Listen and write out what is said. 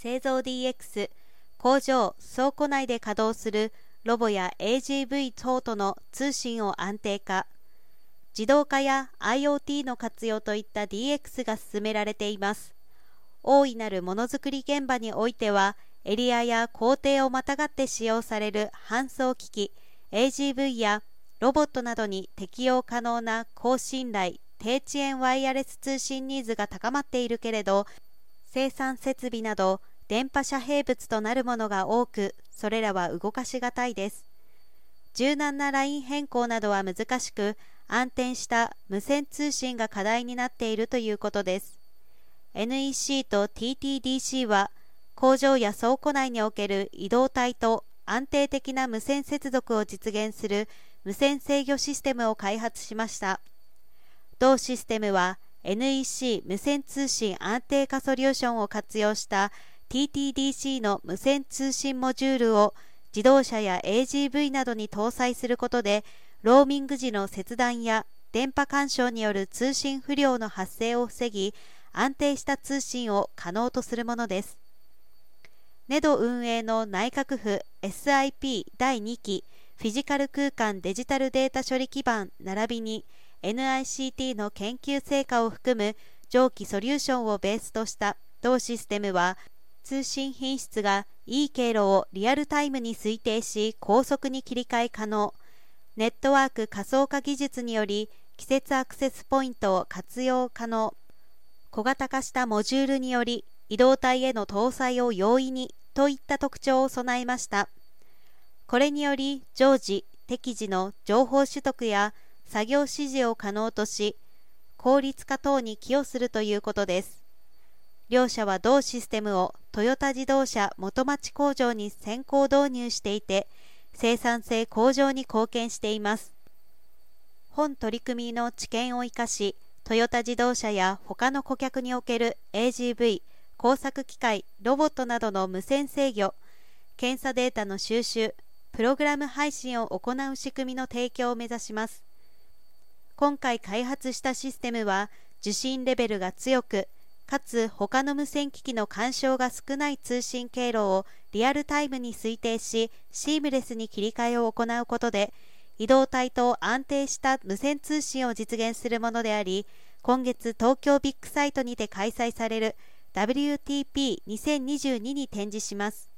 製造 DX、工場・倉庫内で稼働するロボや AGV 等との通信を安定化、自動化や IoT の活用といった DX が進められています。大いなるものづくり現場においては、エリアや工程をまたがって使用される搬送機器、AGV やロボットなどに適用可能な高信頼、低遅延ワイヤレス通信ニーズが高まっているけれど、生産設備など電波遮蔽物となるものが多く、それらは動かしがたいです。柔軟なライン変更などは難しく、安定した無線通信が課題になっているということです。NEC と TTDC は、工場や倉庫内における移動体と安定的な無線接続を実現する無線制御システムを開発しました。同システムは NEC 無線通信安定化ソリューションを活用した TTDC の無線通信モジュールを自動車や AGV などに搭載することで、ローミング時の切断や電波干渉による通信不良の発生を防ぎ、安定した通信を可能とするものです。ネド運営の内閣府 SIP 第2期フィジカル空間デジタルデータ処理基盤並びに NICT の研究成果を含む上記ソリューションをベースとした同システムは、通信品質がいい経路をリアルタイムに推定し高速に切り替え可能、ネットワーク仮想化技術により季節アクセスポイントを活用可能、小型化したモジュールにより移動体への搭載を容易にといった特徴を備えました。これにより常時適時の情報取得や作業指示を可能とし、効率化等に寄与するということです。両社は同システムをトヨタ自動車元町工場に先行導入していて、生産性向上に貢献しています。本取り組みの知見を生かし、トヨタ自動車や他の顧客における AGV、工作機械、ロボットなどの無線制御、検査データの収集、プログラム配信を行う仕組みの提供を目指します。今回開発したシステムは受信レベルが強く、かつ他の無線機器の干渉が少ない通信経路をリアルタイムに推定し、シームレスに切り替えを行うことで、移動体と安定した無線通信を実現するものであり、今月東京ビッグサイトにて開催される WTP2022 に展示します。